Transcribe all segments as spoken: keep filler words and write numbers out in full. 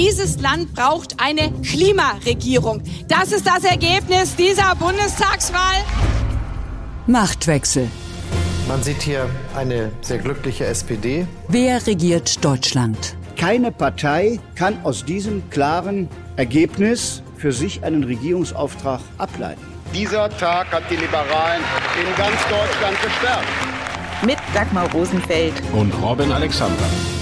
Dieses Land braucht eine Klimaregierung. Das ist das Ergebnis dieser Bundestagswahl. Machtwechsel. Man sieht hier eine sehr glückliche S P D. Wer regiert Deutschland? Keine Partei kann aus diesem klaren Ergebnis für sich einen Regierungsauftrag ableiten. Dieser Tag hat die Liberalen in ganz Deutschland gestärkt. Mit Dagmar Rosenfeld und Robin Alexander.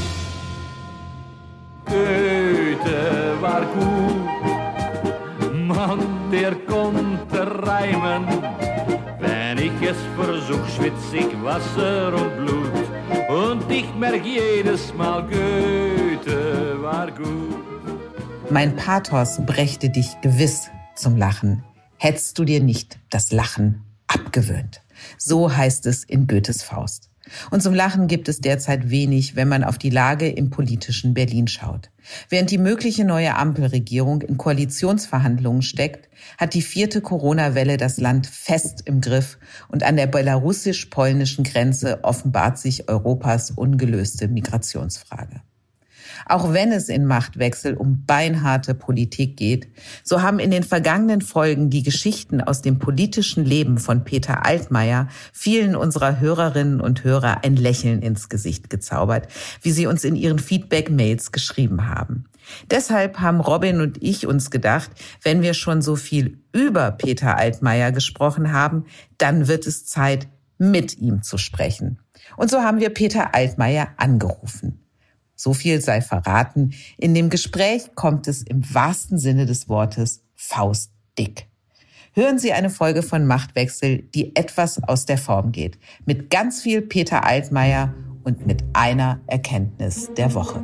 Goethe war gut, Mann, der konnte reimen. Wenn ich es versuch, schwitz ich Wasser und Blut. Und ich merk jedes Mal, Goethe war gut. Mein Pathos brächte dich gewiss zum Lachen, hättest du dir nicht das Lachen abgewöhnt. So heißt es in Goethes Faust. Und zum Lachen gibt es derzeit wenig, wenn man auf die Lage im politischen Berlin schaut. Während die mögliche neue Ampelregierung in Koalitionsverhandlungen steckt, hat die vierte Corona-Welle das Land fest im Griff und an der belarussisch-polnischen Grenze offenbart sich Europas ungelöste Migrationsfrage. Auch wenn es in Machtwechsel um beinharte Politik geht, so haben in den vergangenen Folgen die Geschichten aus dem politischen Leben von Peter Altmaier vielen unserer Hörerinnen und Hörer ein Lächeln ins Gesicht gezaubert, wie sie uns in ihren Feedback-Mails geschrieben haben. Deshalb haben Robin und ich uns gedacht, wenn wir schon so viel über Peter Altmaier gesprochen haben, dann wird es Zeit, mit ihm zu sprechen. Und so haben wir Peter Altmaier angerufen. So viel sei verraten, in dem Gespräch kommt es im wahrsten Sinne des Wortes faustdick. Hören Sie eine Folge von Machtwechsel, die etwas aus der Form geht, mit ganz viel Peter Altmaier und mit einer Erkenntnis der Woche.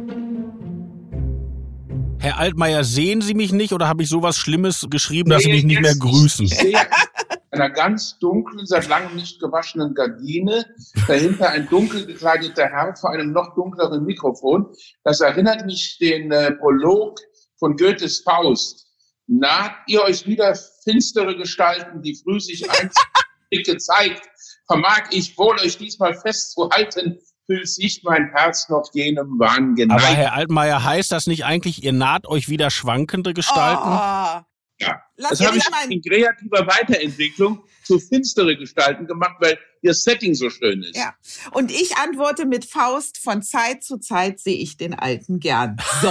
Herr Altmaier, sehen Sie mich nicht oder habe ich sowas Schlimmes geschrieben, dass Sie mich nicht mehr grüßen? Ich sehe einer ganz dunklen, seit langem nicht gewaschenen Gardine, dahinter ein dunkel gekleideter Herr vor einem noch dunkleren Mikrofon. Das erinnert mich den äh, Prolog von Goethes Faust. Naht ihr euch wieder finstere Gestalten, die früh sich einst gezeigt, vermag ich wohl euch diesmal festzuhalten, fühlt sich mein Herz noch jenem Wahn geneigt. Aber Herr Altmaier, heißt das nicht eigentlich, ihr naht euch wieder schwankende Gestalten? Oh. Ja, Lass das habe ich in kreativer Weiterentwicklung zu finstere Gestalten gemacht, weil ihr Setting so schön ist. Ja. Und ich antworte mit Faust, von Zeit zu Zeit sehe ich den Alten gern. So.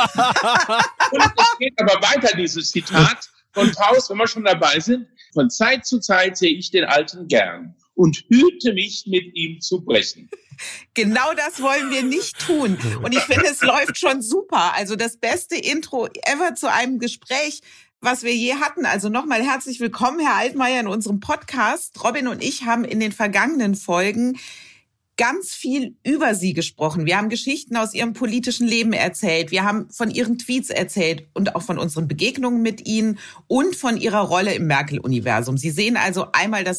Und es geht aber weiter, dieses Zitat von Faust, wenn wir schon dabei sind. Von Zeit zu Zeit sehe ich den Alten gern und hüte mich, mit ihm zu brechen. Genau das wollen wir nicht tun. Und ich finde, es läuft schon super. Also das beste Intro ever zu einem Gespräch, was wir je hatten. Also nochmal herzlich willkommen, Herr Altmaier, in unserem Podcast. Robin und ich haben in den vergangenen Folgen ganz viel über Sie gesprochen. Wir haben Geschichten aus Ihrem politischen Leben erzählt. Wir haben von Ihren Tweets erzählt und auch von unseren Begegnungen mit Ihnen und von Ihrer Rolle im Merkel-Universum. Sie sehen also einmal das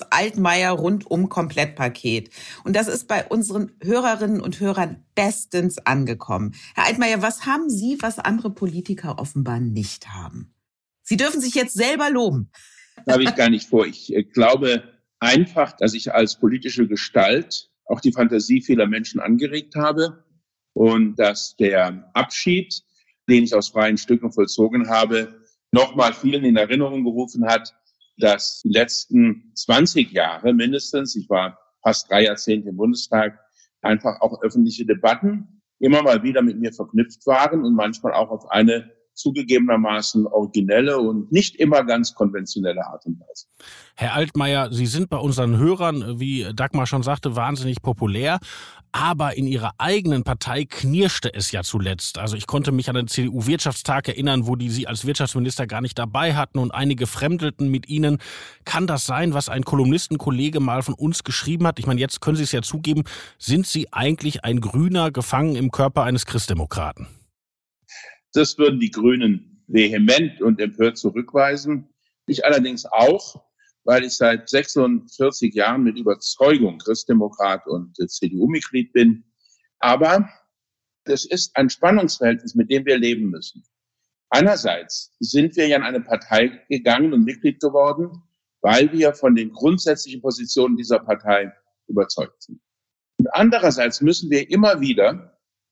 Altmaier-Rundum-Komplettpaket. Und das ist bei unseren Hörerinnen und Hörern bestens angekommen. Herr Altmaier, was haben Sie, was andere Politiker offenbar nicht haben? Sie dürfen sich jetzt selber loben. Das habe ich gar nicht vor. Ich glaube einfach, dass ich als politische Gestalt auch die Fantasie vieler Menschen angeregt habe und dass der Abschied, den ich aus freien Stücken vollzogen habe, nochmal vielen in Erinnerung gerufen hat, dass die letzten zwanzig Jahre mindestens, ich war fast drei Jahrzehnte im Bundestag, einfach auch öffentliche Debatten immer mal wieder mit mir verknüpft waren und manchmal auch auf eine zugegebenermaßen originelle und nicht immer ganz konventionelle Art und Weise. Herr Altmaier, Sie sind bei unseren Hörern, wie Dagmar schon sagte, wahnsinnig populär, aber in Ihrer eigenen Partei knirschte es ja zuletzt. Also ich konnte mich an den C D U-Wirtschaftstag erinnern, wo die Sie als Wirtschaftsminister gar nicht dabei hatten und einige fremdelten mit Ihnen. Kann das sein, was ein Kolumnistenkollege mal von uns geschrieben hat? Ich meine, jetzt können Sie es ja zugeben, sind Sie eigentlich ein Grüner gefangen im Körper eines Christdemokraten? Das würden die Grünen vehement und empört zurückweisen. Ich allerdings auch, weil ich seit sechsundvierzig Jahren mit Überzeugung Christdemokrat und C D U-Mitglied bin. Aber das ist ein Spannungsverhältnis, mit dem wir leben müssen. Einerseits sind wir ja in eine Partei gegangen und Mitglied geworden, weil wir von den grundsätzlichen Positionen dieser Partei überzeugt sind. Und andererseits müssen wir immer wieder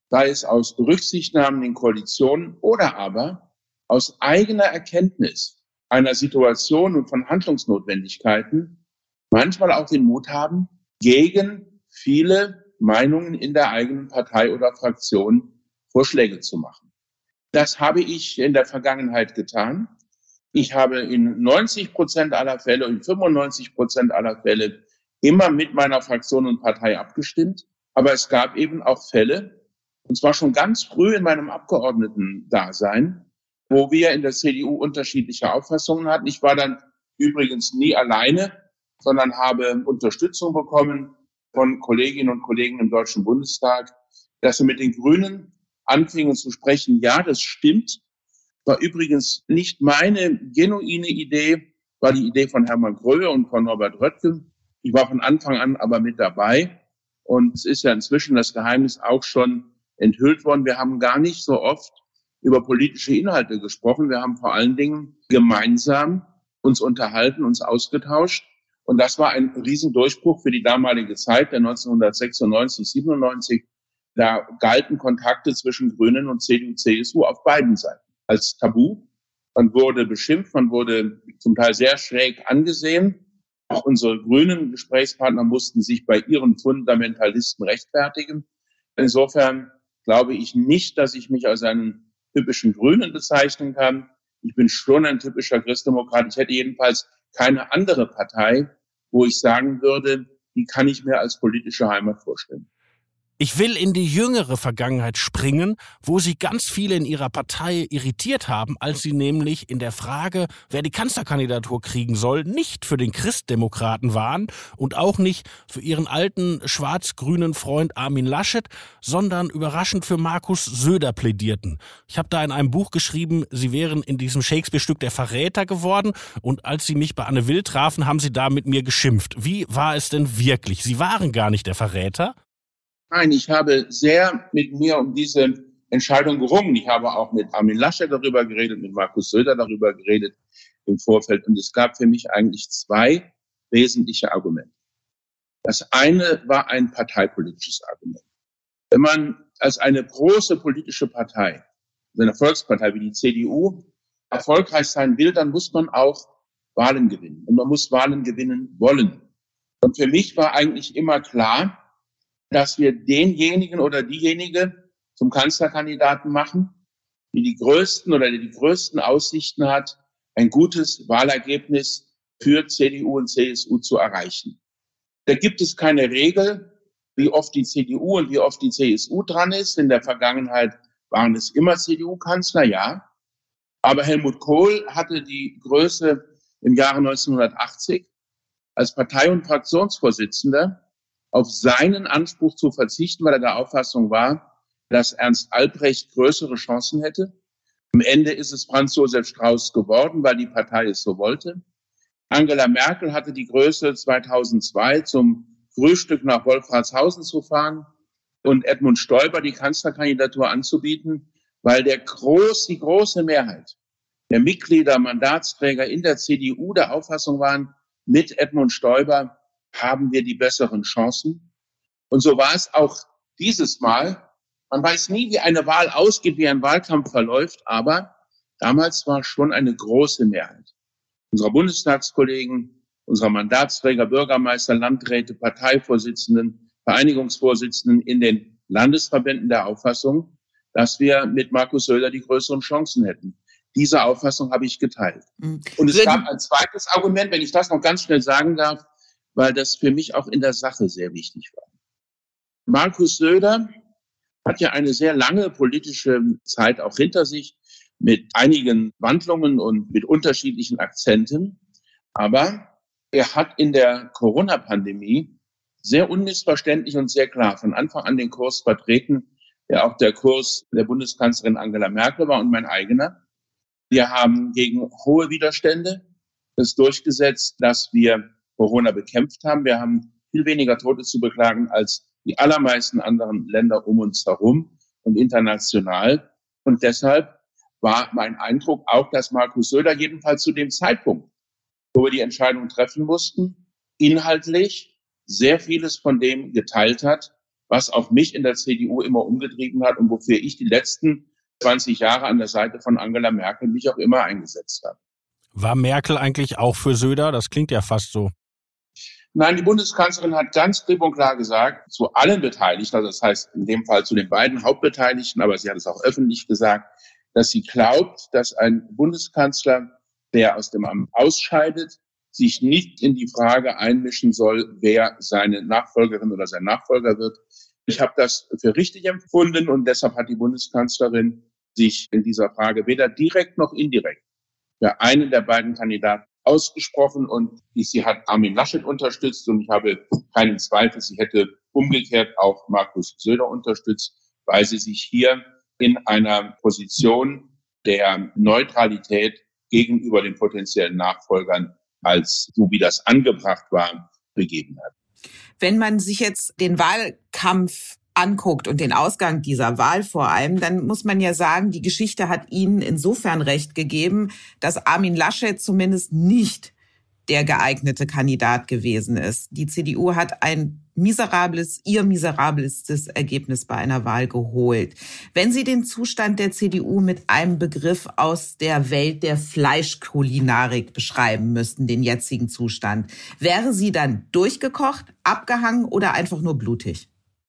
sei es aus Rücksichtnahmen in Koalitionen oder aber aus eigener Erkenntnis einer Situation und von Handlungsnotwendigkeiten, manchmal auch den Mut haben, gegen viele Meinungen in der eigenen Partei oder Fraktion Vorschläge zu machen. Das habe ich in der Vergangenheit getan. Ich habe in neunzig Prozent aller Fälle, in fünfundneunzig Prozent aller Fälle immer mit meiner Fraktion und Partei abgestimmt. Aber es gab eben auch Fälle, und zwar schon ganz früh in meinem Abgeordnetendasein, wo wir in der C D U unterschiedliche Auffassungen hatten. Ich war dann übrigens nie alleine, sondern habe Unterstützung bekommen von Kolleginnen und Kollegen im Deutschen Bundestag, dass wir mit den Grünen anfingen zu sprechen. Ja, das stimmt. War übrigens nicht meine genuine Idee, war die Idee von Hermann Gröhe und von Norbert Röttgen. Ich war von Anfang an aber mit dabei. Und es ist ja inzwischen das Geheimnis auch schon enthüllt worden. Wir haben gar nicht so oft über politische Inhalte gesprochen. Wir haben vor allen Dingen gemeinsam uns unterhalten, uns ausgetauscht. Und das war ein Riesendurchbruch für die damalige Zeit, der neunzehnhundertsechsundneunzig, siebenundneunzig. Da galten Kontakte zwischen Grünen und C D U, C S U auf beiden Seiten als Tabu. Man wurde beschimpft, man wurde zum Teil sehr schräg angesehen. Auch unsere grünen Gesprächspartner mussten sich bei ihren Fundamentalisten rechtfertigen. Insofern glaube ich nicht, dass ich mich als einen typischen Grünen bezeichnen kann. Ich bin schon ein typischer Christdemokrat. Ich hätte jedenfalls keine andere Partei, wo ich sagen würde, die kann ich mir als politische Heimat vorstellen. Ich will in die jüngere Vergangenheit springen, wo Sie ganz viele in Ihrer Partei irritiert haben, als Sie nämlich in der Frage, wer die Kanzlerkandidatur kriegen soll, nicht für den Christdemokraten waren und auch nicht für Ihren alten schwarz-grünen Freund Armin Laschet, sondern überraschend für Markus Söder plädierten. Ich habe da in einem Buch geschrieben, Sie wären in diesem Shakespeare-Stück der Verräter geworden und als Sie mich bei Anne Will trafen, haben Sie da mit mir geschimpft. Wie war es denn wirklich? Sie waren gar nicht der Verräter? Nein, ich habe sehr mit mir um diese Entscheidung gerungen. Ich habe auch mit Armin Laschet darüber geredet, mit Markus Söder darüber geredet im Vorfeld. Und es gab für mich eigentlich zwei wesentliche Argumente. Das eine war ein parteipolitisches Argument. Wenn man als eine große politische Partei, eine Volkspartei wie die C D U, erfolgreich sein will, dann muss man auch Wahlen gewinnen. Und man muss Wahlen gewinnen wollen. Und für mich war eigentlich immer klar, dass wir denjenigen oder diejenige zum Kanzlerkandidaten machen, die die größten oder die die größten Aussichten hat, ein gutes Wahlergebnis für C D U und C S U zu erreichen. Da gibt es keine Regel, wie oft die C D U und wie oft die C S U dran ist. In der Vergangenheit waren es immer C D U-Kanzler, ja. Aber Helmut Kohl hatte die Größe im Jahre neunzehnhundertachtzig als Partei- und Fraktionsvorsitzender auf seinen Anspruch zu verzichten, weil er der Auffassung war, dass Ernst Albrecht größere Chancen hätte. Am Ende ist es Franz Josef Strauß geworden, weil die Partei es so wollte. Angela Merkel hatte die Größe zweitausendzwei zum Frühstück nach Wolfratshausen zu fahren und Edmund Stoiber die Kanzlerkandidatur anzubieten, weil der groß, die große Mehrheit der Mitglieder, Mandatsträger in der C D U der Auffassung waren, mit Edmund Stoiber haben wir die besseren Chancen. Und so war es auch dieses Mal. Man weiß nie, wie eine Wahl ausgeht, wie ein Wahlkampf verläuft, aber damals war schon eine große Mehrheit unserer Bundestagskollegen, unserer Mandatsträger, Bürgermeister, Landräte, Parteivorsitzenden, Vereinigungsvorsitzenden in den Landesverbänden der Auffassung, dass wir mit Markus Söder die größeren Chancen hätten. Diese Auffassung habe ich geteilt. Mhm. Und es gab ein zweites Argument, wenn ich das noch ganz schnell sagen darf, weil das für mich auch in der Sache sehr wichtig war. Markus Söder hat ja eine sehr lange politische Zeit auch hinter sich mit einigen Wandlungen und mit unterschiedlichen Akzenten. Aber er hat in der Corona-Pandemie sehr unmissverständlich und sehr klar von Anfang an den Kurs vertreten, der auch der Kurs der Bundeskanzlerin Angela Merkel war und mein eigener. Wir haben gegen hohe Widerstände das durchgesetzt, dass wir Corona bekämpft haben. Wir haben viel weniger Tote zu beklagen als die allermeisten anderen Länder um uns herum und international. Und deshalb war mein Eindruck auch, dass Markus Söder jedenfalls zu dem Zeitpunkt, wo wir die Entscheidung treffen mussten, inhaltlich sehr vieles von dem geteilt hat, was auch mich in der C D U immer umgetrieben hat und wofür ich die letzten zwanzig Jahre an der Seite von Angela Merkel mich auch immer eingesetzt habe. War Merkel eigentlich auch für Söder? Das klingt ja fast so. Nein, die Bundeskanzlerin hat ganz klipp und klar gesagt, zu allen Beteiligten, also das heißt in dem Fall zu den beiden Hauptbeteiligten, aber sie hat es auch öffentlich gesagt, dass sie glaubt, dass ein Bundeskanzler, der aus dem Amt ausscheidet, sich nicht in die Frage einmischen soll, wer seine Nachfolgerin oder sein Nachfolger wird. Ich habe das für richtig empfunden und deshalb hat die Bundeskanzlerin sich in dieser Frage weder direkt noch indirekt für einen der beiden Kandidaten ausgesprochen und sie hat Armin Laschet unterstützt und ich habe keinen Zweifel, sie hätte umgekehrt auch Markus Söder unterstützt, weil sie sich hier in einer Position der Neutralität gegenüber den potenziellen Nachfolgern, als so wie das angebracht war, begeben hat. Wenn man sich jetzt den Wahlkampf anguckt und den Ausgang dieser Wahl vor allem, dann muss man ja sagen, die Geschichte hat Ihnen insofern recht gegeben, dass Armin Laschet zumindest nicht der geeignete Kandidat gewesen ist. Die C D U hat ein miserables, ihr miserablestes Ergebnis bei einer Wahl geholt. Wenn Sie den Zustand der C D U mit einem Begriff aus der Welt der Fleischkulinarik beschreiben müssten, den jetzigen Zustand, wäre sie dann durchgekocht, abgehangen oder einfach nur blutig?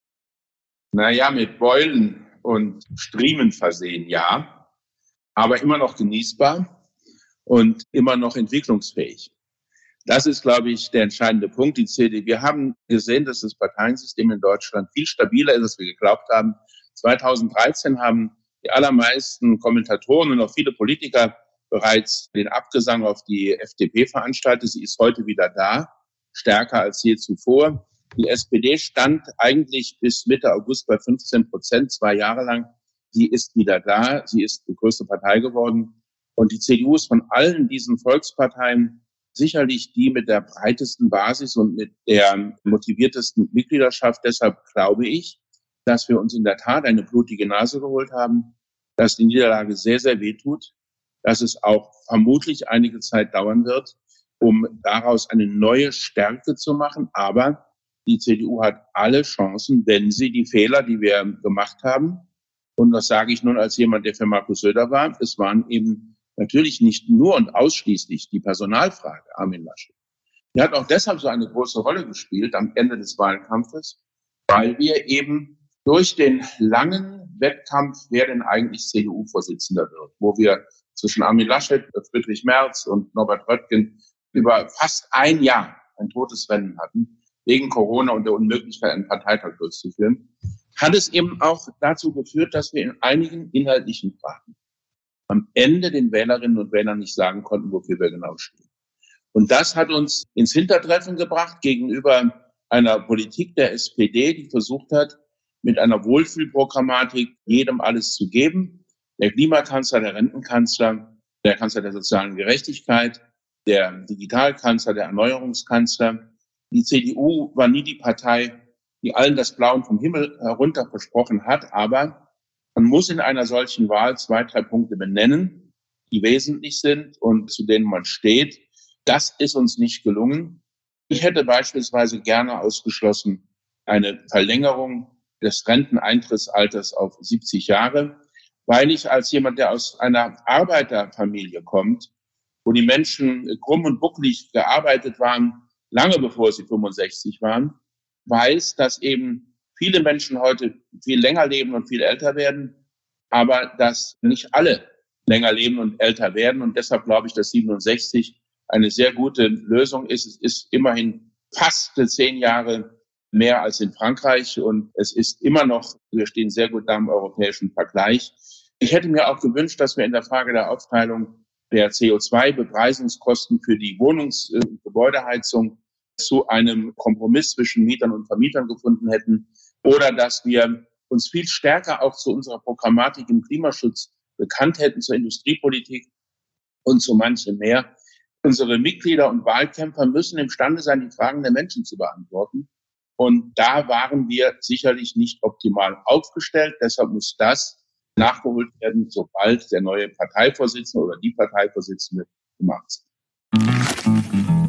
Naja, mit Beulen und Striemen versehen, ja, aber immer noch genießbar und immer noch entwicklungsfähig. Das ist, glaube ich, der entscheidende Punkt. Die C D U, wir haben gesehen, dass das Parteiensystem in Deutschland viel stabiler ist, als wir geglaubt haben. zweitausenddreizehn haben die allermeisten Kommentatoren und auch viele Politiker bereits den Abgesang auf die F D P veranstaltet. Sie ist heute wieder da, stärker als je zuvor. Die S P D stand eigentlich bis Mitte August bei fünfzehn Prozent, zwei Jahre lang. Sie ist wieder da. Sie ist die größte Partei geworden. Und die C D U ist von allen diesen Volksparteien sicherlich die mit der breitesten Basis und mit der motiviertesten Mitgliedschaft. Deshalb glaube ich, dass wir uns in der Tat eine blutige Nase geholt haben, dass die Niederlage sehr, sehr wehtut, dass es auch vermutlich einige Zeit dauern wird, um daraus eine neue Stärke zu machen. Aber die C D U hat alle Chancen, wenn sie die Fehler, die wir gemacht haben, und das sage ich nun als jemand, der für Markus Söder war, es waren eben natürlich nicht nur und ausschließlich die Personalfrage, Armin Laschet. Die hat auch deshalb so eine große Rolle gespielt am Ende des Wahlkampfes, weil wir eben durch den langen Wettkampf, wer denn eigentlich C D U-Vorsitzender wird, wo wir zwischen Armin Laschet, Friedrich Merz und Norbert Röttgen über fast ein Jahr ein totes Rennen hatten, wegen Corona und der Unmöglichkeit, einen Parteitag durchzuführen, hat es eben auch dazu geführt, dass wir in einigen inhaltlichen Fragen am Ende den Wählerinnen und Wählern nicht sagen konnten, wofür wir genau stehen. Und das hat uns ins Hintertreffen gebracht gegenüber einer Politik der S P D, die versucht hat, mit einer Wohlfühlprogrammatik jedem alles zu geben. Der Klimakanzler, der Rentenkanzler, der Kanzler der sozialen Gerechtigkeit, der Digitalkanzler, der Erneuerungskanzler. Die C D U war nie die Partei, die allen das Blauen vom Himmel herunter versprochen hat, aber man muss in einer solchen Wahl zwei, drei Punkte benennen, die wesentlich sind und zu denen man steht. Das ist uns nicht gelungen. Ich hätte beispielsweise gerne ausgeschlossen eine Verlängerung des Renteneintrittsalters auf siebzig Jahre, weil ich als jemand, der aus einer Arbeiterfamilie kommt, wo die Menschen krumm und bucklig gearbeitet waren, lange bevor sie fünfundsechzig waren, weiß, dass eben viele Menschen heute viel länger leben und viel älter werden, aber dass nicht alle länger leben und älter werden. Und deshalb glaube ich, dass siebenundsechzig eine sehr gute Lösung ist. Es ist immerhin fast zehn Jahre mehr als in Frankreich und es ist immer noch, wir stehen sehr gut da im europäischen Vergleich. Ich hätte mir auch gewünscht, dass wir in der Frage der Aufteilung der C O zwei Bepreisungskosten für die Wohnungs- und Gebäudeheizung zu einem Kompromiss zwischen Mietern und Vermietern gefunden hätten oder dass wir uns viel stärker auch zu unserer Programmatik im Klimaschutz bekannt hätten, zur Industriepolitik und zu manchem mehr. Unsere Mitglieder und Wahlkämpfer müssen imstande sein, die Fragen der Menschen zu beantworten. Und da waren wir sicherlich nicht optimal aufgestellt. Deshalb muss das nachgeholt werden, sobald der neue Parteivorsitzende oder die Parteivorsitzende gemacht sind.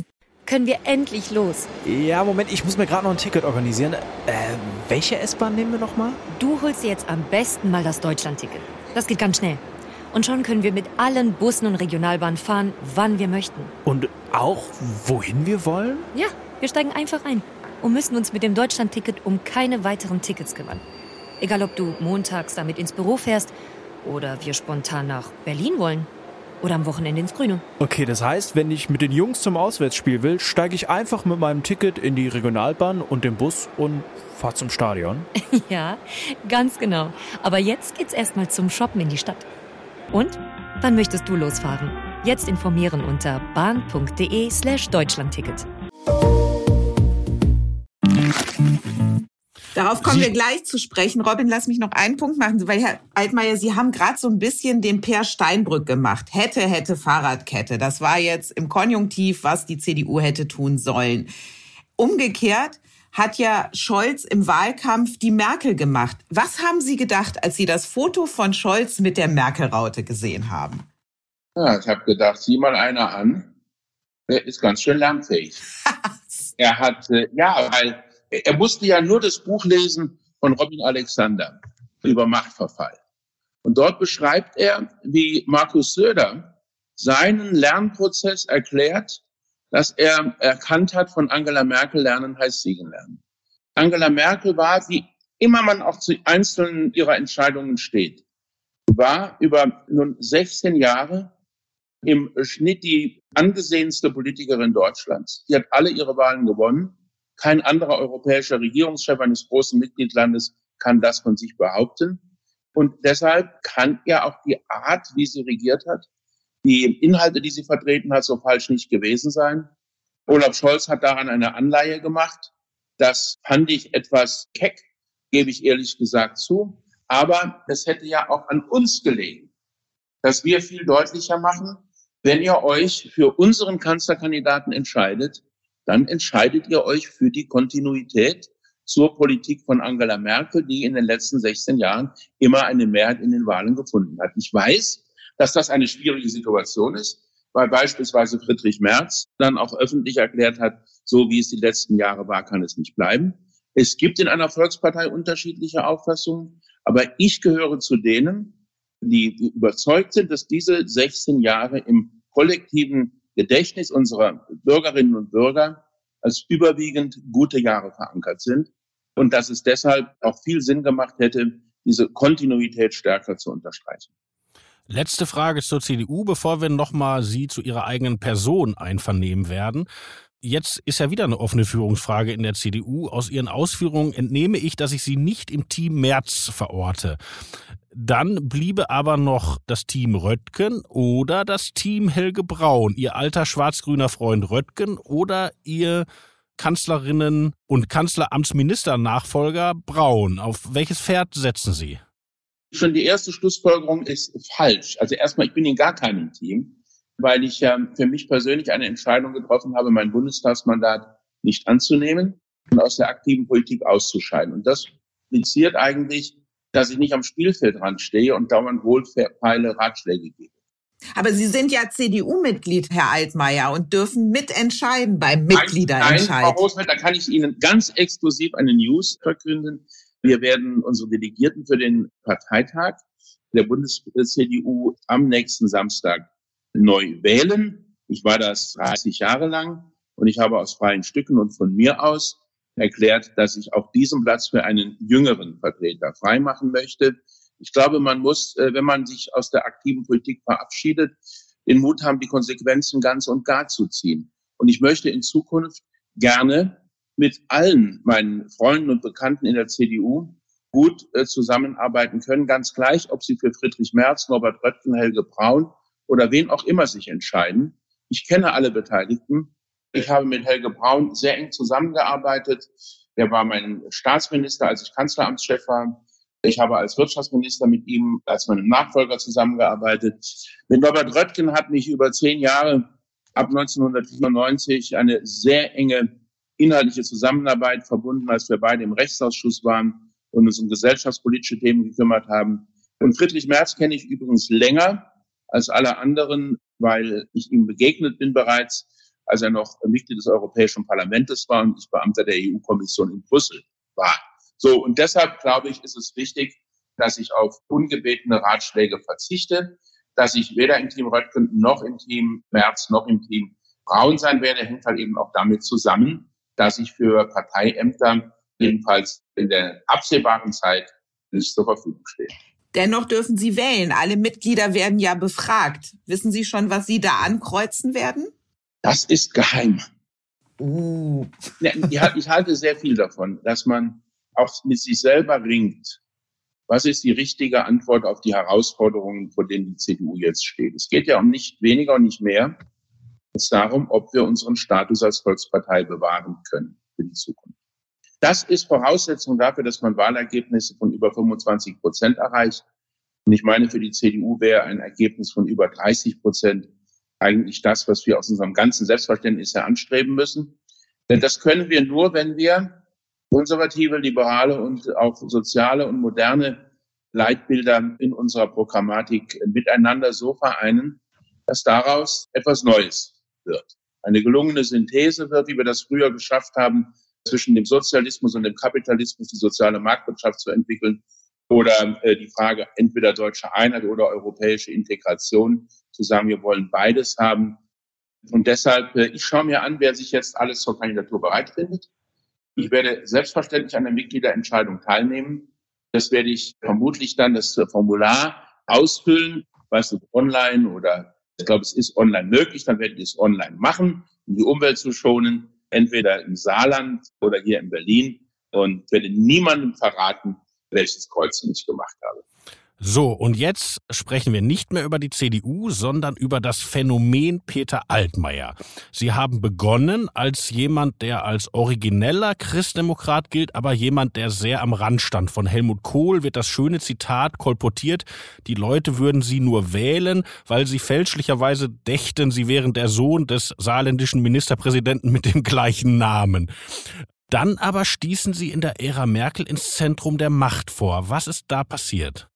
können wir endlich los. Ja, Moment, ich muss mir gerade noch ein Ticket organisieren. Äh, welche S-Bahn nehmen wir nochmal? Du holst dir jetzt am besten mal das Deutschland-Ticket. Das geht ganz schnell. Und schon können wir mit allen Bussen und Regionalbahnen fahren, wann wir möchten. Und auch, wohin wir wollen? Ja, wir steigen einfach ein und müssen uns mit dem Deutschland-Ticket um keine weiteren Tickets kümmern. Egal, ob du montags damit ins Büro fährst oder wir spontan nach Berlin wollen oder am Wochenende ins Grüne. Okay, das heißt, wenn ich mit den Jungs zum Auswärtsspiel will, steige ich einfach mit meinem Ticket in die Regionalbahn und den Bus und fahre zum Stadion. Ja, ganz genau. Aber jetzt geht's erstmal zum Shoppen in die Stadt. Und? Wann möchtest du losfahren? Jetzt informieren unter bahn.de slash Deutschlandticket. Darauf kommen Sie wir gleich zu sprechen. Robin, lass mich noch einen Punkt machen, weil Herr Altmaier, Sie haben gerade so ein bisschen den Peer Steinbrück gemacht. Hätte, hätte, Fahrradkette. Das war jetzt im Konjunktiv, was die C D U hätte tun sollen. Umgekehrt hat ja Scholz im Wahlkampf die Merkel gemacht. Was haben Sie gedacht, als Sie das Foto von Scholz mit der Merkel-Raute gesehen haben? Ja, ich habe gedacht, sieh mal einer an, der ist ganz schön lernfähig. Er hat, äh, ja, weil er musste ja nur das Buch lesen von Robin Alexander über Machtverfall. Und dort beschreibt er, wie Markus Söder seinen Lernprozess erklärt, dass er erkannt hat, von Angela Merkel lernen heißt siegen lernen. Angela Merkel war, wie immer man auch zu einzelnen ihrer Entscheidungen steht, war über nun sechzehn Jahre im Schnitt die angesehenste Politikerin Deutschlands. Die hat alle ihre Wahlen gewonnen. Kein anderer europäischer Regierungschef eines großen Mitgliedslandes kann das von sich behaupten. Und deshalb kann ja auch die Art, wie sie regiert hat, die Inhalte, die sie vertreten hat, so falsch nicht gewesen sein. Olaf Scholz hat daran eine Anleihe gemacht. Das fand ich etwas keck, gebe ich ehrlich gesagt zu. Aber es hätte ja auch an uns gelegen, dass wir viel deutlicher machen, wenn ihr euch für unseren Kanzlerkandidaten entscheidet, dann entscheidet ihr euch für die Kontinuität zur Politik von Angela Merkel, die in den letzten sechzehn Jahren immer eine Mehrheit in den Wahlen gefunden hat. Ich weiß, dass das eine schwierige Situation ist, weil beispielsweise Friedrich Merz dann auch öffentlich erklärt hat, so wie es die letzten Jahre war, kann es nicht bleiben. Es gibt in einer Volkspartei unterschiedliche Auffassungen, aber ich gehöre zu denen, die überzeugt sind, dass diese sechzehn Jahre im kollektiven Gedächtnis unserer Bürgerinnen und Bürger als überwiegend gute Jahre verankert sind und dass es deshalb auch viel Sinn gemacht hätte, diese Kontinuität stärker zu unterstreichen. Letzte Frage zur C D U, bevor wir nochmal Sie zu Ihrer eigenen Person einvernehmen werden. Jetzt ist ja wieder eine offene Führungsfrage in der C D U. Aus Ihren Ausführungen entnehme ich, dass ich Sie nicht im Team Merz verorte. Dann bliebe aber noch das Team Röttgen oder das Team Helge Braun, Ihr alter schwarz-grüner Freund Röttgen oder Ihr Kanzlerinnen- und Kanzleramtsministernachfolger Braun. Auf welches Pferd setzen Sie? Schon die erste Schlussfolgerung ist falsch. Also erstmal, ich bin in gar keinem Team, weil ich ja für mich persönlich eine Entscheidung getroffen habe, mein Bundestagsmandat nicht anzunehmen und aus der aktiven Politik auszuscheiden. Und das impliziert eigentlich, dass ich nicht am Spielfeldrand stehe und dauernd wohlfeile Ratschläge gebe. Aber Sie sind ja C D U-Mitglied, Herr Altmaier, und dürfen mitentscheiden beim Mitgliederentscheid. Nein, Frau Rosmet, da kann ich Ihnen ganz exklusiv eine News verkünden. Wir werden unsere Delegierten für den Parteitag der Bundes-C D U am nächsten Samstag neu wählen. Ich war das dreißig Jahre lang und ich habe aus freien Stücken und von mir aus erklärt, dass ich auch diesen Platz für einen jüngeren Vertreter freimachen möchte. Ich glaube, man muss, wenn man sich aus der aktiven Politik verabschiedet, den Mut haben, die Konsequenzen ganz und gar zu ziehen. Und ich möchte in Zukunft gerne mit allen meinen Freunden und Bekannten in der C D U gut äh, zusammenarbeiten können, ganz gleich, ob sie für Friedrich Merz, Norbert Röttgen, Helge Braun oder wen auch immer sich entscheiden. Ich kenne alle Beteiligten. Ich habe mit Helge Braun sehr eng zusammengearbeitet. Er war mein Staatsminister, als ich Kanzleramtschef war. Ich habe als Wirtschaftsminister mit ihm, als meinem Nachfolger zusammengearbeitet. Mit Norbert Röttgen hat mich über zehn Jahre, ab neunzehnhundertvierundneunzig, eine sehr enge inhaltliche Zusammenarbeit verbunden, als wir beide im Rechtsausschuss waren und uns um gesellschaftspolitische Themen gekümmert haben. Und Friedrich Merz kenne ich übrigens länger als alle anderen, weil ich ihm begegnet bin bereits als er noch Mitglied des Europäischen Parlaments war und ich Beamter der E U-Kommission in Brüssel war. So, und deshalb, glaube ich, ist es wichtig, dass ich auf ungebetene Ratschläge verzichte, dass ich weder im Team Röttgen noch im Team Merz noch im Team Braun sein werde, hängt halt eben auch damit zusammen, dass ich für Parteiämter jedenfalls in der absehbaren Zeit nicht zur Verfügung stehe. Dennoch dürfen Sie wählen. Alle Mitglieder werden ja befragt. Wissen Sie schon, was Sie da ankreuzen werden? Das ist geheim. Uh. Ich halte sehr viel davon, dass man auch mit sich selber ringt. Was ist die richtige Antwort auf die Herausforderungen, vor denen die C D U jetzt steht? Es geht ja um nicht weniger und nicht mehr als darum, ob wir unseren Status als Volkspartei bewahren können für die Zukunft. Das ist Voraussetzung dafür, dass man Wahlergebnisse von über fünfundzwanzig Prozent erreicht. Und ich meine, für die C D U wäre ein Ergebnis von über dreißig Prozent eigentlich das, was wir aus unserem ganzen Selbstverständnis her anstreben müssen. Denn das können wir nur, wenn wir konservative, liberale und auch soziale und moderne Leitbilder in unserer Programmatik miteinander so vereinen, dass daraus etwas Neues wird. Eine gelungene Synthese wird, wie wir das früher geschafft haben, zwischen dem Sozialismus und dem Kapitalismus die soziale Marktwirtschaft zu entwickeln oder äh, die Frage entweder deutsche Einheit oder europäische Integration, zu sagen, wir wollen beides haben. Und deshalb, äh, ich schaue mir an, wer sich jetzt alles zur Kandidatur bereit findet. Ich werde selbstverständlich an der Mitgliederentscheidung teilnehmen. Das werde ich vermutlich dann das Formular ausfüllen, weißt du, online oder ich glaube, es ist online möglich, dann werde ich es online machen, um die Umwelt zu schonen, entweder im Saarland oder hier in Berlin und werde niemandem verraten, welches Kreuz ich gemacht habe. So, und jetzt sprechen wir nicht mehr über die C D U, sondern über das Phänomen Peter Altmaier. Sie haben begonnen als jemand, der als origineller Christdemokrat gilt, aber jemand, der sehr am Rand stand. Von Helmut Kohl wird das schöne Zitat kolportiert, die Leute würden Sie nur wählen, weil Sie fälschlicherweise dächten, Sie wären der Sohn des saarländischen Ministerpräsidenten mit dem gleichen Namen. Dann aber stießen Sie in der Ära Merkel ins Zentrum der Macht vor. Was ist da passiert?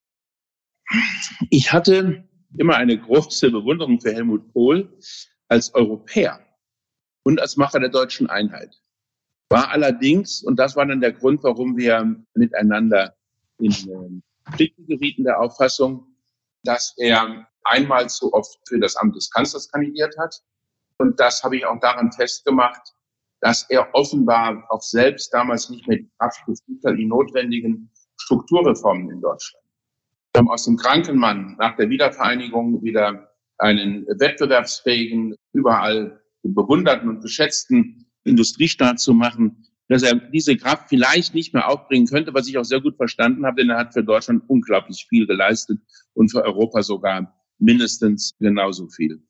Ich hatte immer eine große Bewunderung für Helmut Kohl als Europäer und als Macher der deutschen Einheit. War allerdings, und das war dann der Grund, warum wir miteinander in Konflikte gerieten, der Auffassung, dass er einmal zu oft für das Amt des Kanzlers kandidiert hat. Und das habe ich auch daran festgemacht, dass er offenbar auch selbst damals nicht mehr die Kraft gefühlt hat, die notwendigen Strukturreformen in Deutschland. Wir haben aus dem Krankenmann nach der Wiedervereinigung wieder einen wettbewerbsfähigen, überall bewunderten und geschätzten Industriestaat zu machen, dass er diese Kraft vielleicht nicht mehr aufbringen könnte, was ich auch sehr gut verstanden habe, denn er hat für Deutschland unglaublich viel geleistet und für Europa sogar mindestens genauso viel.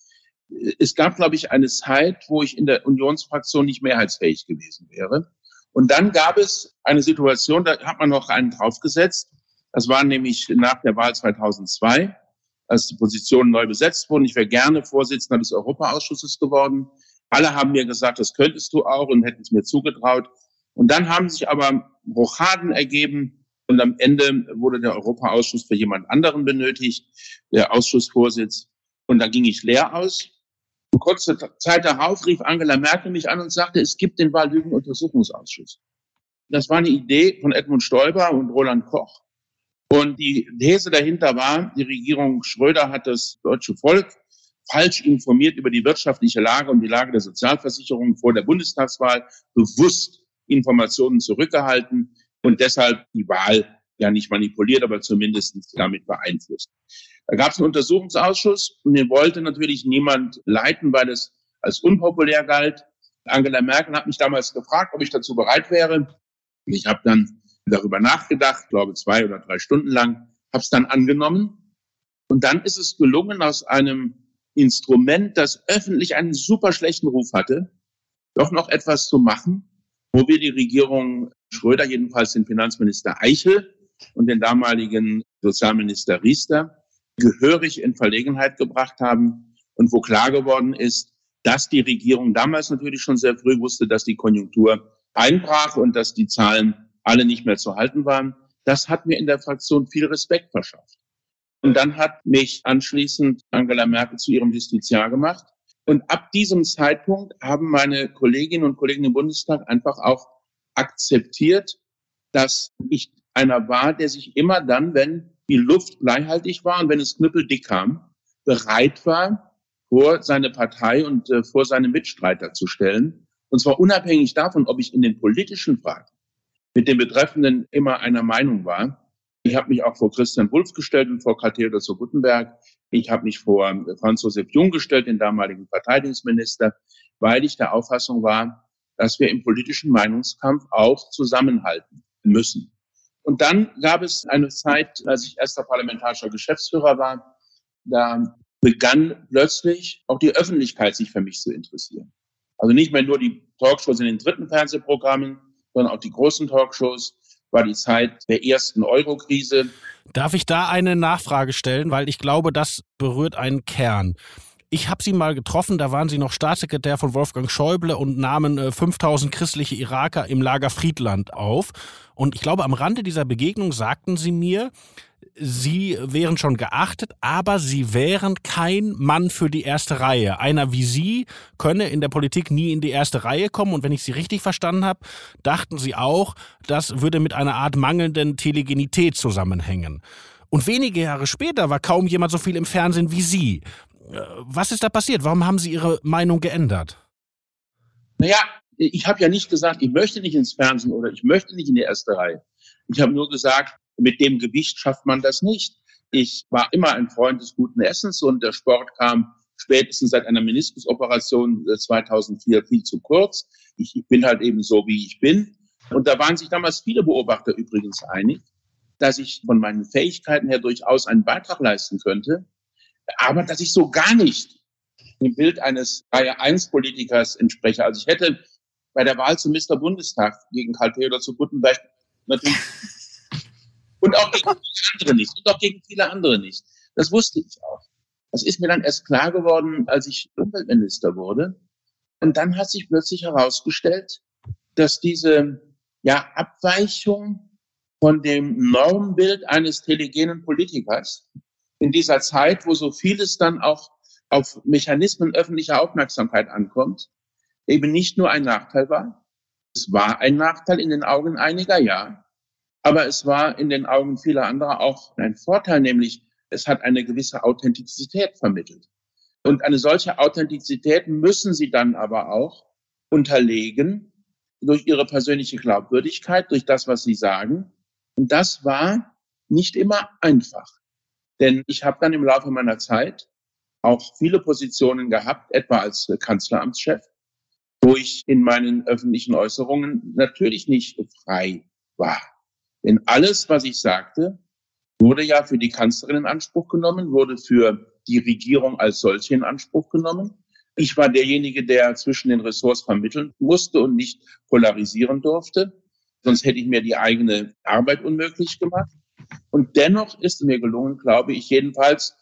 Es gab, glaube ich, eine Zeit, wo ich in der Unionsfraktion nicht mehrheitsfähig gewesen wäre. Und dann gab es eine Situation, da hat man noch einen draufgesetzt. Das war nämlich nach der Wahl zweitausendzwei, als die Positionen neu besetzt wurden. Ich wäre gerne Vorsitzender des Europaausschusses geworden. Alle haben mir gesagt, das könntest du auch und hätten es mir zugetraut. Und dann haben sich aber Rochaden ergeben und am Ende wurde der Europaausschuss für jemand anderen benötigt, der Ausschussvorsitz. Und da ging ich leer aus. Und kurze Zeit darauf rief Angela Merkel mich an und sagte, es gibt den Wahllügen-Untersuchungsausschuss. Das war eine Idee von Edmund Stoiber und Roland Koch. Und die These dahinter war, die Regierung Schröder hat das deutsche Volk falsch informiert über die wirtschaftliche Lage und die Lage der Sozialversicherung vor der Bundestagswahl, bewusst Informationen zurückgehalten und deshalb die Wahl ja nicht manipuliert, aber zumindest damit beeinflusst. Da gab es einen Untersuchungsausschuss und den wollte natürlich niemand leiten, weil es als unpopulär galt. Angela Merkel hat mich damals gefragt, ob ich dazu bereit wäre. Ich habe dann darüber nachgedacht, glaube zwei oder drei Stunden lang, habe es dann angenommen. Und dann ist es gelungen, aus einem Instrument, das öffentlich einen super schlechten Ruf hatte, doch noch etwas zu machen, wo wir die Regierung Schröder, jedenfalls den Finanzminister Eichel und den damaligen Sozialminister Riester, gehörig in Verlegenheit gebracht haben und wo klar geworden ist, dass die Regierung damals natürlich schon sehr früh wusste, dass die Konjunktur einbrach und dass die Zahlen alle nicht mehr zu halten waren. Das hat mir in der Fraktion viel Respekt verschafft. Und dann hat mich anschließend Angela Merkel zu ihrem Justiziar gemacht. Und ab diesem Zeitpunkt haben meine Kolleginnen und Kollegen im Bundestag einfach auch akzeptiert, dass ich einer war, der sich immer dann, wenn die Luft bleihaltig war und wenn es knüppeldick kam, bereit war, vor seine Partei und äh, vor seine Mitstreiter zu stellen. Und zwar unabhängig davon, ob ich in den politischen Fragen mit den Betreffenden immer einer Meinung war. Ich habe mich auch vor Christian Wulff gestellt und vor Karl Theodor zu Guttenberg. Ich habe mich vor Franz Josef Jung gestellt, den damaligen Verteidigungsminister, weil ich der Auffassung war, dass wir im politischen Meinungskampf auch zusammenhalten müssen. Und dann gab es eine Zeit, als ich erster parlamentarischer Geschäftsführer war, da begann plötzlich auch die Öffentlichkeit sich für mich zu interessieren. Also nicht mehr nur die Talkshows in den dritten Fernsehprogrammen, sondern auch die großen Talkshows, war die Zeit der ersten Euro-Krise. Darf ich da eine Nachfrage stellen, weil ich glaube, das berührt einen Kern. Ich habe Sie mal getroffen, da waren Sie noch Staatssekretär von Wolfgang Schäuble und nahmen äh, fünftausend christliche Iraker im Lager Friedland auf. Und ich glaube, am Rande dieser Begegnung sagten Sie mir, Sie wären schon geachtet, aber Sie wären kein Mann für die erste Reihe. Einer wie Sie könne in der Politik nie in die erste Reihe kommen. Und wenn ich Sie richtig verstanden habe, dachten Sie auch, das würde mit einer Art mangelnden Telegenität zusammenhängen. Und wenige Jahre später war kaum jemand so viel im Fernsehen wie Sie. Was ist da passiert? Warum haben Sie Ihre Meinung geändert? Naja, ich habe ja nicht gesagt, ich möchte nicht ins Fernsehen oder ich möchte nicht in die erste Reihe. Ich habe nur gesagt, mit dem Gewicht schafft man das nicht. Ich war immer ein Freund des guten Essens und der Sport kam spätestens seit einer Meniskusoperation zweitausendvier viel zu kurz. Ich bin halt eben so, wie ich bin. Und da waren sich damals viele Beobachter übrigens einig, dass ich von meinen Fähigkeiten her durchaus einen Beitrag leisten könnte, aber dass ich so gar nicht dem Bild eines Reihe eins Politikers entspreche. Also ich hätte bei der Wahl zum Mister Bundestag gegen Karl Theodor zu Guttenberg natürlich und auch gegen viele andere nicht und auch gegen viele andere nicht. Das wusste ich auch. Das ist mir dann erst klar geworden, als ich Umweltminister wurde. Und dann hat sich plötzlich herausgestellt, dass diese ja Abweichung von dem Normbild eines telegenen Politikers in dieser Zeit, wo so vieles dann auch auf Mechanismen öffentlicher Aufmerksamkeit ankommt, eben nicht nur ein Nachteil war. Es war ein Nachteil in den Augen einiger, ja. Aber es war in den Augen vieler anderer auch ein Vorteil, nämlich es hat eine gewisse Authentizität vermittelt. Und eine solche Authentizität müssen Sie dann aber auch unterlegen durch Ihre persönliche Glaubwürdigkeit, durch das, was Sie sagen. Und das war nicht immer einfach. Denn ich habe dann im Laufe meiner Zeit auch viele Positionen gehabt, etwa als Kanzleramtschef, wo ich in meinen öffentlichen Äußerungen natürlich nicht frei war. Denn alles, was ich sagte, wurde ja für die Kanzlerin in Anspruch genommen, wurde für die Regierung als solche in Anspruch genommen. Ich war derjenige, der zwischen den Ressorts vermitteln musste und nicht polarisieren durfte. Sonst hätte ich mir die eigene Arbeit unmöglich gemacht. Und dennoch ist es mir gelungen, glaube ich, jedenfalls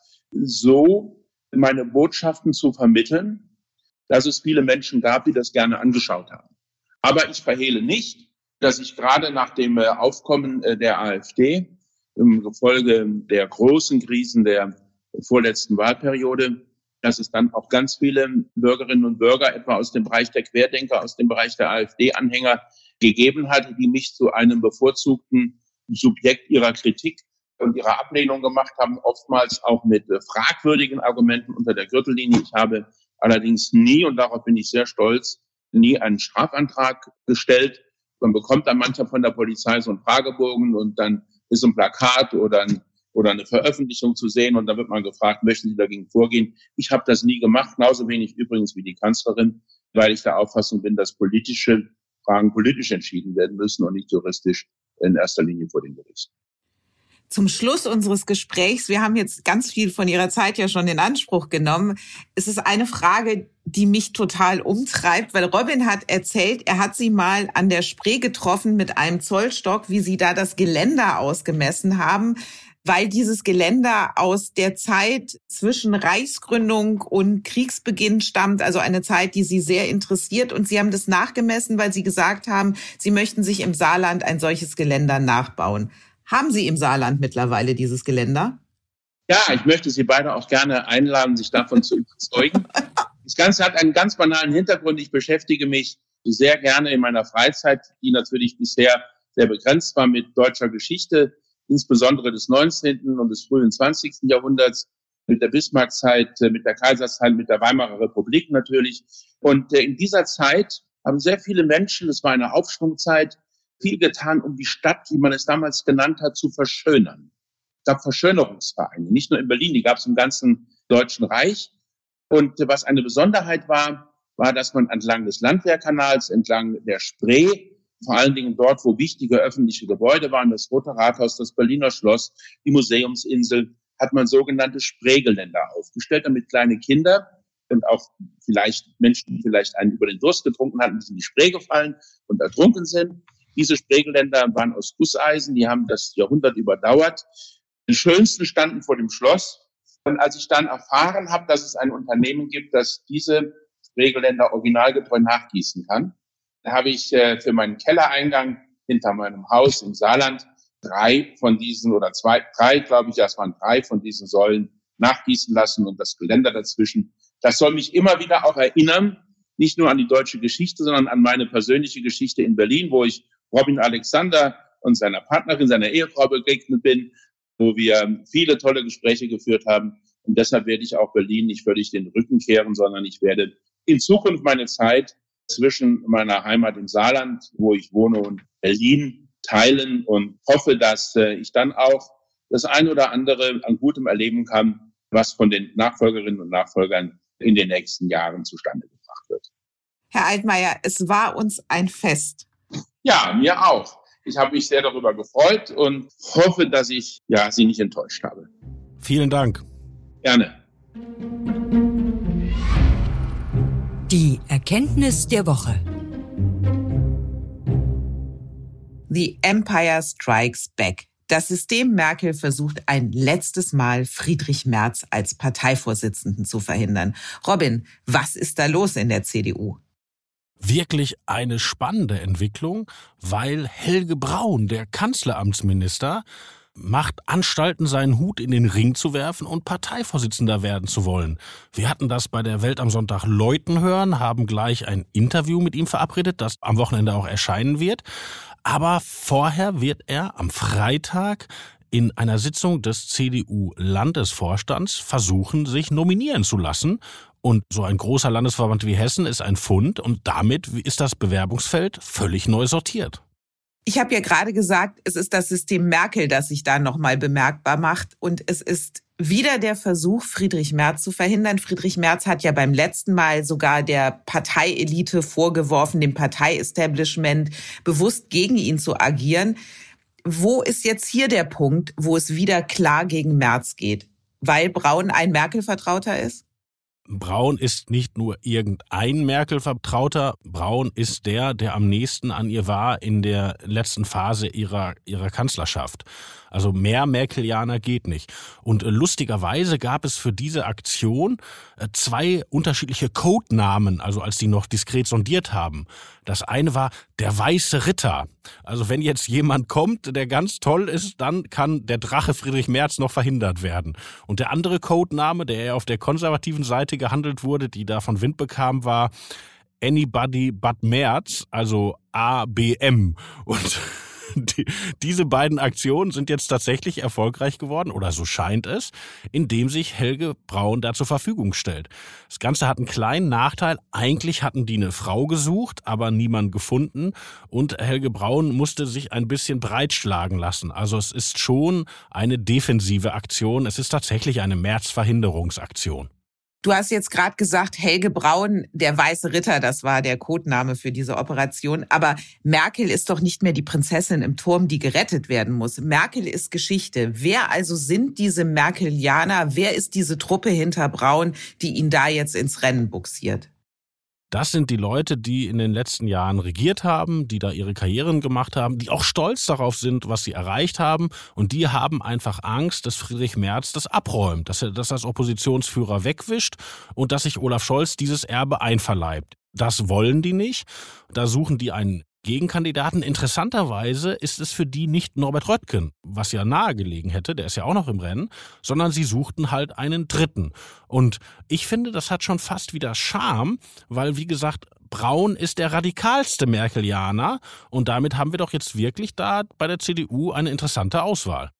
so meine Botschaften zu vermitteln, dass es viele Menschen gab, die das gerne angeschaut haben. Aber ich verhehle nicht, dass ich gerade nach dem Aufkommen der AfD im Gefolge der großen Krisen der vorletzten Wahlperiode, dass es dann auch ganz viele Bürgerinnen und Bürger, etwa aus dem Bereich der Querdenker, aus dem Bereich der AfD-Anhänger, gegeben hat, die mich zu einem bevorzugten Subjekt ihrer Kritik und ihrer Ablehnung gemacht haben, oftmals auch mit fragwürdigen Argumenten unter der Gürtellinie. Ich habe allerdings nie, und darauf bin ich sehr stolz, nie einen Strafantrag gestellt. Man bekommt dann manchmal von der Polizei so einen Fragebogen und dann ist ein Plakat oder, ein, oder eine Veröffentlichung zu sehen und dann wird man gefragt, möchten Sie dagegen vorgehen? Ich habe das nie gemacht, genauso wenig übrigens wie die Kanzlerin, weil ich der Auffassung bin, dass politische Fragen politisch entschieden werden müssen und nicht juristisch in erster Linie vor den Gerichten. Zum Schluss unseres Gesprächs, wir haben jetzt ganz viel von Ihrer Zeit ja schon in Anspruch genommen. Es ist eine Frage, die mich total umtreibt, weil Robin hat erzählt, er hat Sie mal an der Spree getroffen mit einem Zollstock, wie Sie da das Geländer ausgemessen haben, weil dieses Geländer aus der Zeit zwischen Reichsgründung und Kriegsbeginn stammt, also eine Zeit, die Sie sehr interessiert. Und Sie haben das nachgemessen, weil Sie gesagt haben, Sie möchten sich im Saarland ein solches Geländer nachbauen. Haben Sie im Saarland mittlerweile dieses Geländer? Ja, ich möchte Sie beide auch gerne einladen, sich davon zu überzeugen. Das Ganze hat einen ganz banalen Hintergrund. Ich beschäftige mich sehr gerne in meiner Freizeit, die natürlich bisher sehr begrenzt war, mit deutscher Geschichte, insbesondere des neunzehnten und des frühen zwanzigsten Jahrhunderts, mit der Bismarckzeit, mit der Kaiserzeit, mit der Weimarer Republik natürlich. Und in dieser Zeit haben sehr viele Menschen, das war eine Aufschwungzeit, viel getan, um die Stadt, wie man es damals genannt hat, zu verschönern. Es gab Verschönerungsvereine, nicht nur in Berlin, die gab es im ganzen Deutschen Reich. Und was eine Besonderheit war, war, dass man entlang des Landwehrkanals, entlang der Spree, vor allen Dingen dort, wo wichtige öffentliche Gebäude waren, das Rote Rathaus, das Berliner Schloss, die Museumsinsel, hat man sogenannte Spreegeländer aufgestellt, damit kleine Kinder und auch vielleicht Menschen, die vielleicht einen über den Durst getrunken hatten, die in die Spree gefallen und ertrunken sind. Diese Spreegeländer waren aus Gusseisen, die haben das Jahrhundert überdauert. Die schönsten standen vor dem Schloss. Und als ich dann erfahren habe, dass es ein Unternehmen gibt, das diese Spreegeländer originalgetreu nachgießen kann, da habe ich äh, für meinen Kellereingang hinter meinem Haus im Saarland drei von diesen, oder zwei, drei, glaube ich, das waren drei von diesen Säulen nachgießen lassen und das Geländer dazwischen. Das soll mich immer wieder auch erinnern, nicht nur an die deutsche Geschichte, sondern an meine persönliche Geschichte in Berlin, wo ich Robin Alexander und seiner Partnerin, seiner Ehefrau begegnet bin, wo wir viele tolle Gespräche geführt haben. Und deshalb werde ich auch Berlin nicht völlig den Rücken kehren, sondern ich werde in Zukunft meine Zeit zwischen meiner Heimat im Saarland, wo ich wohne, und Berlin teilen und hoffe, dass ich dann auch das ein oder andere an Gutem erleben kann, was von den Nachfolgerinnen und Nachfolgern in den nächsten Jahren zustande gebracht wird. Herr Altmaier, es war uns ein Fest. Ja, mir auch. Ich habe mich sehr darüber gefreut und hoffe, dass ich ja, Sie nicht enttäuscht habe. Vielen Dank. Gerne. Die Erkenntnis der Woche. The Empire Strikes Back. Das System Merkel versucht ein letztes Mal, Friedrich Merz als Parteivorsitzenden zu verhindern. Robin, was ist da los in der C D U? Wirklich eine spannende Entwicklung, weil Helge Braun, der Kanzleramtsminister, macht Anstalten, seinen Hut in den Ring zu werfen und Parteivorsitzender werden zu wollen. Wir hatten das bei der Welt am Sonntag läuten hören, haben gleich ein Interview mit ihm verabredet, das am Wochenende auch erscheinen wird. Aber vorher wird er am Freitag in einer Sitzung des C D U-Landesvorstands versuchen, sich nominieren zu lassen. Und so ein großer Landesverband wie Hessen ist ein Fund und damit ist das Bewerbungsfeld völlig neu sortiert. Ich habe ja gerade gesagt, es ist das System Merkel, das sich da nochmal bemerkbar macht. Und es ist wieder der Versuch, Friedrich Merz zu verhindern. Friedrich Merz hat ja beim letzten Mal sogar der Parteielite vorgeworfen, dem Parteiestablishment bewusst gegen ihn zu agieren. Wo ist jetzt hier der Punkt, wo es wieder klar gegen Merz geht? Weil Braun ein Merkel-Vertrauter ist? Braun ist nicht nur irgendein Merkel-Vertrauter, Braun ist der, der am nächsten an ihr war in der letzten Phase ihrer, ihrer Kanzlerschaft. Also mehr Merkelianer geht nicht. Und äh, lustigerweise gab es für diese Aktion äh, zwei unterschiedliche Codenamen, also als die noch diskret sondiert haben. Das eine war der Weiße Ritter. Also wenn jetzt jemand kommt, der ganz toll ist, dann kann der Drache Friedrich Merz noch verhindert werden. Und der andere Codename, der ja auf der konservativen Seite gehandelt wurde, die davon Wind bekam, war Anybody but Merz, also A B M. Und Die, diese beiden Aktionen sind jetzt tatsächlich erfolgreich geworden, oder so scheint es, indem sich Helge Braun da zur Verfügung stellt. Das Ganze hat einen kleinen Nachteil. Eigentlich hatten die eine Frau gesucht, aber niemand gefunden. Und Helge Braun musste sich ein bisschen breitschlagen lassen. Also es ist schon eine defensive Aktion. Es ist tatsächlich eine Märzverhinderungsaktion. Du hast jetzt gerade gesagt, Helge Braun, der Weiße Ritter, das war der Codename für diese Operation. Aber Merkel ist doch nicht mehr die Prinzessin im Turm, die gerettet werden muss. Merkel ist Geschichte. Wer also sind diese Merkelianer? Wer ist diese Truppe hinter Braun, die ihn da jetzt ins Rennen buxiert? Das sind die Leute, die in den letzten Jahren regiert haben, die da ihre Karrieren gemacht haben, die auch stolz darauf sind, was sie erreicht haben. Und die haben einfach Angst, dass Friedrich Merz das abräumt, dass er das als Oppositionsführer wegwischt und dass sich Olaf Scholz dieses Erbe einverleibt. Das wollen die nicht. Da suchen die einen Gegenkandidaten. Interessanterweise ist es für die nicht Norbert Röttgen, was ja nahegelegen hätte, der ist ja auch noch im Rennen, sondern sie suchten halt einen Dritten. Und ich finde, das hat schon fast wieder Charme, weil, wie gesagt, Braun ist der radikalste Merkelianer und damit haben wir doch jetzt wirklich da bei der C D U eine interessante Auswahl.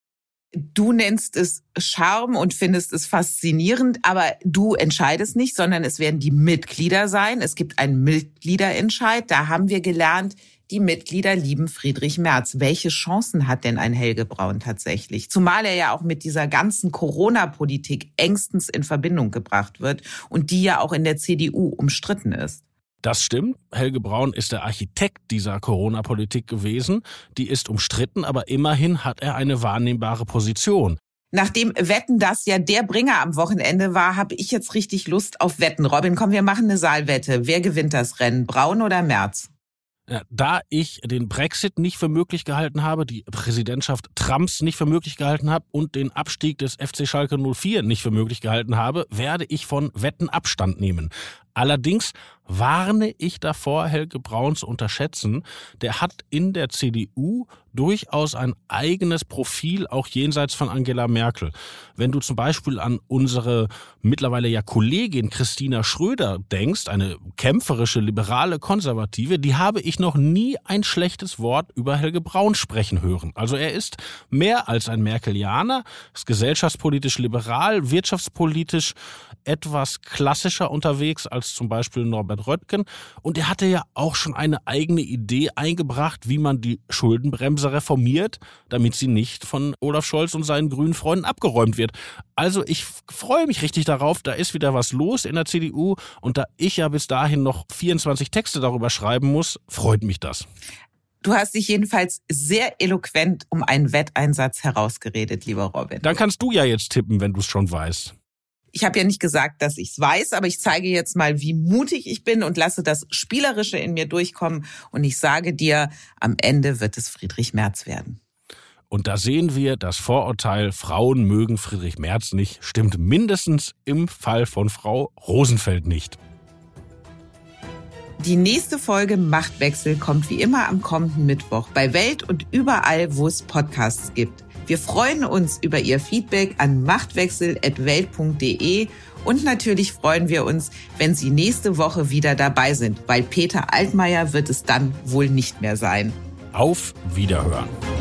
Du nennst es Charme und findest es faszinierend, aber du entscheidest nicht, sondern es werden die Mitglieder sein. Es gibt einen Mitgliederentscheid. Da haben wir gelernt, die Mitglieder lieben Friedrich Merz. Welche Chancen hat denn ein Helge Braun tatsächlich? Zumal er ja auch mit dieser ganzen Corona-Politik engstens in Verbindung gebracht wird und die ja auch in der C D U umstritten ist. Das stimmt. Helge Braun ist der Architekt dieser Corona-Politik gewesen. Die ist umstritten, aber immerhin hat er eine wahrnehmbare Position. Nachdem Wetten das ja der Bringer am Wochenende war, habe ich jetzt richtig Lust auf Wetten. Robin, komm, wir machen eine Saalwette. Wer gewinnt das Rennen, Braun oder Merz? Ja, da ich den Brexit nicht für möglich gehalten habe, die Präsidentschaft Trumps nicht für möglich gehalten habe und den Abstieg des F C Schalke null vier nicht für möglich gehalten habe, werde ich von Wetten Abstand nehmen. Allerdings warne ich davor, Helge Braun zu unterschätzen. Der hat in der C D U durchaus ein eigenes Profil, auch jenseits von Angela Merkel. Wenn du zum Beispiel an unsere mittlerweile ja Kollegin Christina Schröder denkst, eine kämpferische, liberale Konservative, die habe ich noch nie ein schlechtes Wort über Helge Braun sprechen hören. Also er ist mehr als ein Merkelianer, ist gesellschaftspolitisch liberal, wirtschaftspolitisch etwas klassischer unterwegs als zum Beispiel Norbert Röttgen. Und er hatte ja auch schon eine eigene Idee eingebracht, wie man die Schuldenbremse reformiert, damit sie nicht von Olaf Scholz und seinen grünen Freunden abgeräumt wird. Also ich freue mich richtig darauf, da ist wieder was los in der C D U und da ich ja bis dahin noch vierundzwanzig Texte darüber schreiben muss, freut mich das. Du hast dich jedenfalls sehr eloquent um einen Wetteinsatz herausgeredet, lieber Robin. Dann kannst du ja jetzt tippen, wenn du es schon weißt. Ich habe ja nicht gesagt, dass ich es weiß, aber ich zeige jetzt mal, wie mutig ich bin und lasse das Spielerische in mir durchkommen. Und ich sage dir, am Ende wird es Friedrich Merz werden. Und da sehen wir, das Vorurteil, Frauen mögen Friedrich Merz nicht, stimmt mindestens im Fall von Frau Rosenfeld nicht. Die nächste Folge Machtwechsel kommt wie immer am kommenden Mittwoch bei Welt und überall, wo es Podcasts gibt. Wir freuen uns über Ihr Feedback an machtwechsel at welt punkt de und natürlich freuen wir uns, wenn Sie nächste Woche wieder dabei sind, weil Peter Altmaier wird es dann wohl nicht mehr sein. Auf Wiederhören.